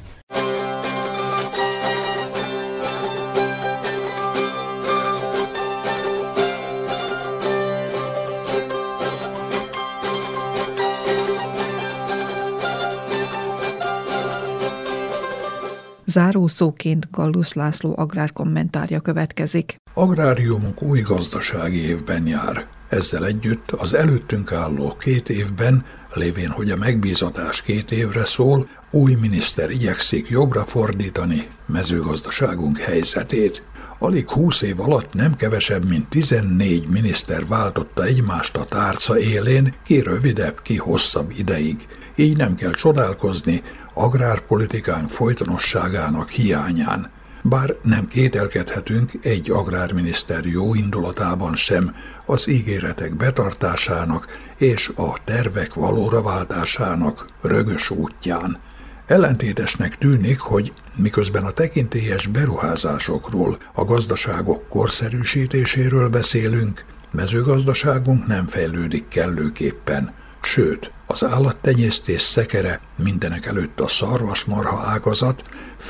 Zárószóként Gallus László agrárkommentárja következik. Agráriumunk új gazdasági évben jár. Ezzel együtt az előttünk álló két évben, lévén, hogy a megbízatás két évre szól, új miniszter igyekszik jobbra fordítani mezőgazdaságunk helyzetét. Alig húsz év alatt nem kevesebb, mint tizennégy miniszter váltotta egymást a tárca élén, ki rövidebb, ki hosszabb ideig. Így nem kell csodálkozni agrárpolitikánk folytonosságának hiányán. Bár nem kételkedhetünk egy agrárminiszter jó indulatában sem az ígéretek betartásának és a tervek valóra váltásának rögös útján. Ellentétesnek tűnik, hogy miközben a tekintélyes beruházásokról, a gazdaságok korszerűsítéséről beszélünk, mezőgazdaságunk nem fejlődik kellőképpen. Sőt, az állattenyésztés szekere, mindenekelőtt a szarvasmarha ágazat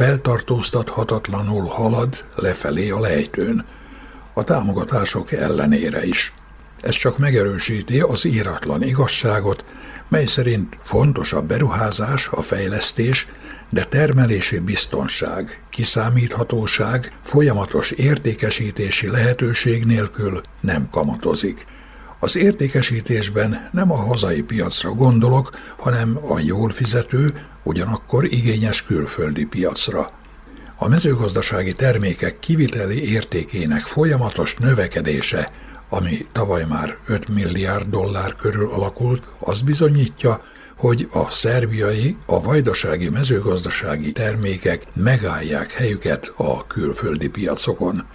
feltartóztathatatlanul halad lefelé a lejtőn, a támogatások ellenére is. Ez csak megerősíti az íratlan igazságot, mely szerint fontos a beruházás, a fejlesztés, de termelési biztonság, kiszámíthatóság, folyamatos értékesítési lehetőség nélkül nem kamatozik. Az értékesítésben nem a hazai piacra gondolok, hanem a jól fizető, ugyanakkor igényes külföldi piacra. A mezőgazdasági termékek kiviteli értékének folyamatos növekedése, ami tavaly már öt milliárd dollár körül alakult, az bizonyítja, hogy a szerbiai, a vajdasági mezőgazdasági termékek megállják helyüket a külföldi piacokon.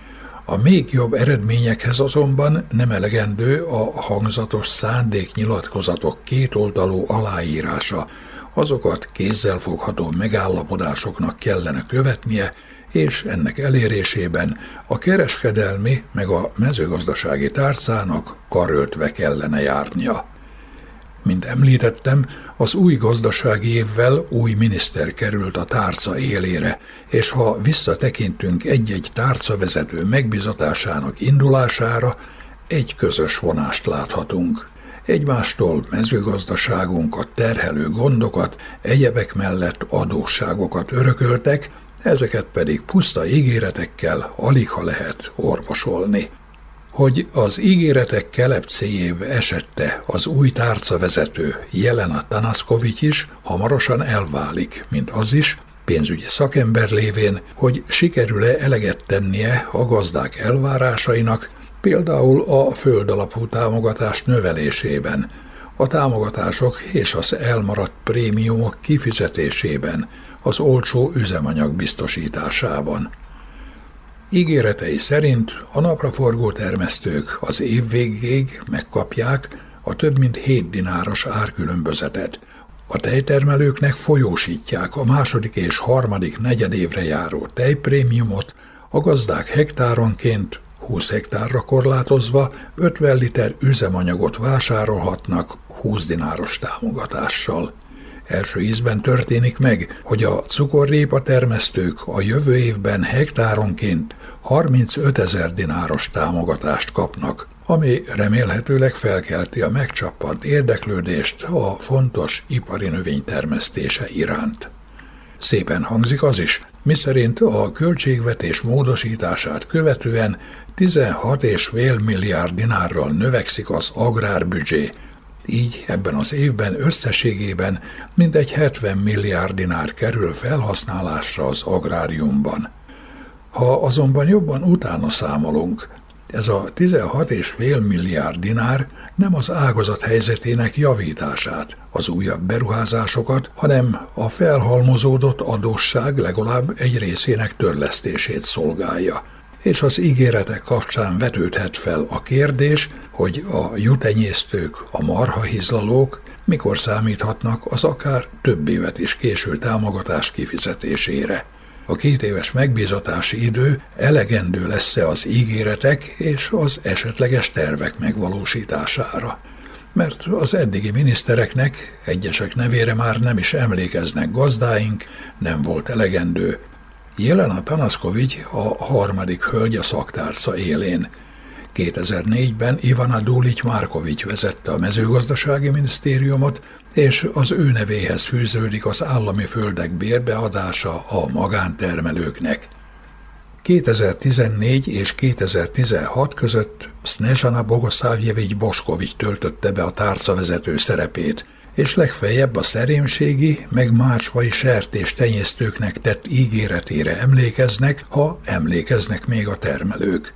A még jobb eredményekhez azonban nem elegendő a hangzatos szándéknyilatkozatok kétoldalú aláírása, azokat kézzelfogható megállapodásoknak kellene követnie, és ennek elérésében a kereskedelmi meg a mezőgazdasági tárcának karöltve kellene járnia. Mint említettem, az új gazdasági évvel új miniszter került a tárca élére, és ha visszatekintünk egy-egy tárcavezető megbizatásának indulására, egy közös vonást láthatunk. Egymástól mezőgazdaságunkat terhelő gondokat, egyebek mellett adósságokat örököltek, ezeket pedig puszta ígéretekkel aligha lehet orvosolni. Hogy az ígéretek kelepcéjébe esette az új tárcavezető Jelena Tanaszkovics is hamarosan elválik, mint az is, pénzügyi szakember lévén, hogy sikerül-e eleget tennie a gazdák elvárásainak, például a földalapú támogatás növelésében, a támogatások és az elmaradt prémiumok kifizetésében, az olcsó üzemanyag biztosításában. Ígéretei szerint a napraforgó termesztők az év végéig megkapják a több mint hét dináros árkülönbözetet. A tejtermelőknek folyósítják a második és harmadik negyedévre járó tejprémiumot, a gazdák hektáronként húsz hektárra korlátozva ötven liter üzemanyagot vásárolhatnak húsz dináros támogatással. Első ízben történik meg, hogy a cukorrépa termesztők a jövő évben hektáronként harmincötezer dináros támogatást kapnak, ami remélhetőleg felkelti a megcsappant érdeklődést a fontos ipari növénytermesztése iránt. Szépen hangzik az is, miszerint a költségvetés módosítását követően tizenhat egész öt milliárd dinárral növekszik az agrárbüdzsé, így ebben az évben összességében mintegy hetven milliárd dinár kerül felhasználásra az agráriumban. Ha azonban jobban utána számolunk, ez a tizenhat egész öt milliárd dinár nem az ágazat helyzetének javítását, az újabb beruházásokat, hanem a felhalmozódott adósság legalább egy részének törlesztését szolgálja. És az ígéretek kapcsán vetődhet fel a kérdés, hogy a juhtenyésztők, a marhahizlalók mikor számíthatnak az akár több évet is késő támogatás kifizetésére. A két éves megbízatási idő elegendő lesz-e az ígéretek és az esetleges tervek megvalósítására? Mert az eddigi minisztereknek, egyesek nevére már nem is emlékeznek gazdáink, nem volt elegendő. Jelena Tanaszkovics a harmadik hölgy a szaktárca élén. kétezer-négyben Ivana Dulic-Markovics vezette a mezőgazdasági minisztériumot, és az ő nevéhez fűződik az állami földek bérbeadása a magántermelőknek. kétezer-tizennégy és kétezer-tizenhat között Snezhana Bogoslavjevics Boskovics töltötte be a tárcavezető szerepét, és legfeljebb a szerémségi, meg mácsvai sertéstenyésztőknek tett ígéretére emlékeznek, ha emlékeznek még a termelők.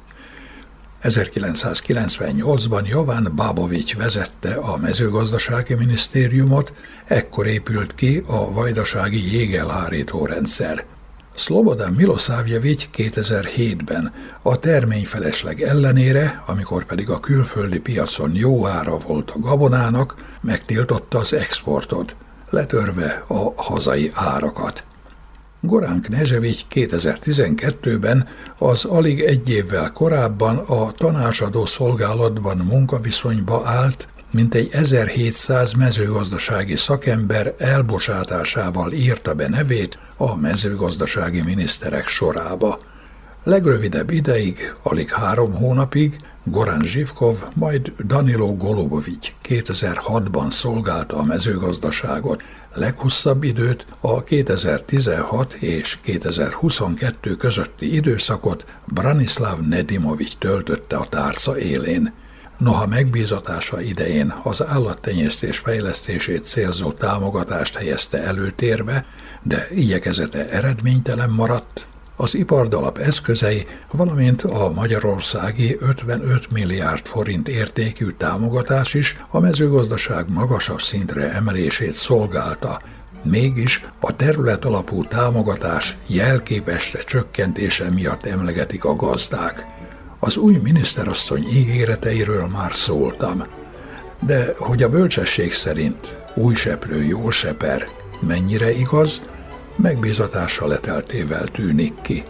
ezerkilencszázkilencvennyolcban Jovan Babovics vezette a mezőgazdasági minisztériumot, ekkor épült ki a vajdasági jégelhárító rendszer. Szlobodan Milosavljevics kétezer-hétben a terményfelesleg ellenére, amikor pedig a külföldi piacon jó ára volt a gabonának, megtiltotta az exportot, letörve a hazai árakat. Goran Knežević kétezer-tizenkettőben az alig egy évvel korábban a tanácsadó szolgálatban munkaviszonyba állt, mintegy ezerhétszáz mezőgazdasági szakember elbocsátásával írta be nevét a mezőgazdasági miniszterek sorába. Legrövidebb ideig, alig három hónapig Goran Živkov, majd Danilo Golubović kétezer-hatban szolgálta a mezőgazdaságot, leghosszabb időt a kétezer-tizenhat és kétezer-huszonkettő közötti időszakot Branislav Nedimović töltötte a tárca élén. Noha megbízatása idején az állattenyésztés fejlesztését célzó támogatást helyezte előtérbe, de igyekezete eredménytelen maradt, az ipardalap eszközei, valamint a magyarországi ötvenöt milliárd forint értékű támogatás is a mezőgazdaság magasabb szintre emelését szolgálta. Mégis a terület alapú támogatás jelképesre csökkentése miatt emlegetik a gazdák. Az új miniszterasszony ígéreteiről már szóltam, de hogy a bölcsesség szerint új seprő jól seper, mennyire igaz, megbízatása leteltével tűnik ki.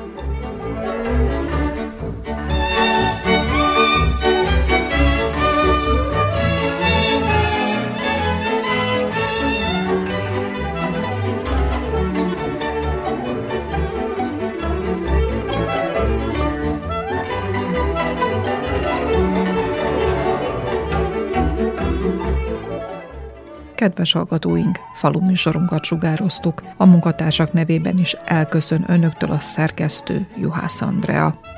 Kedves hallgatóink, faluműsorunkat sugároztuk. A munkatársak nevében is elköszön önöktől a szerkesztő, Juhász Andrea.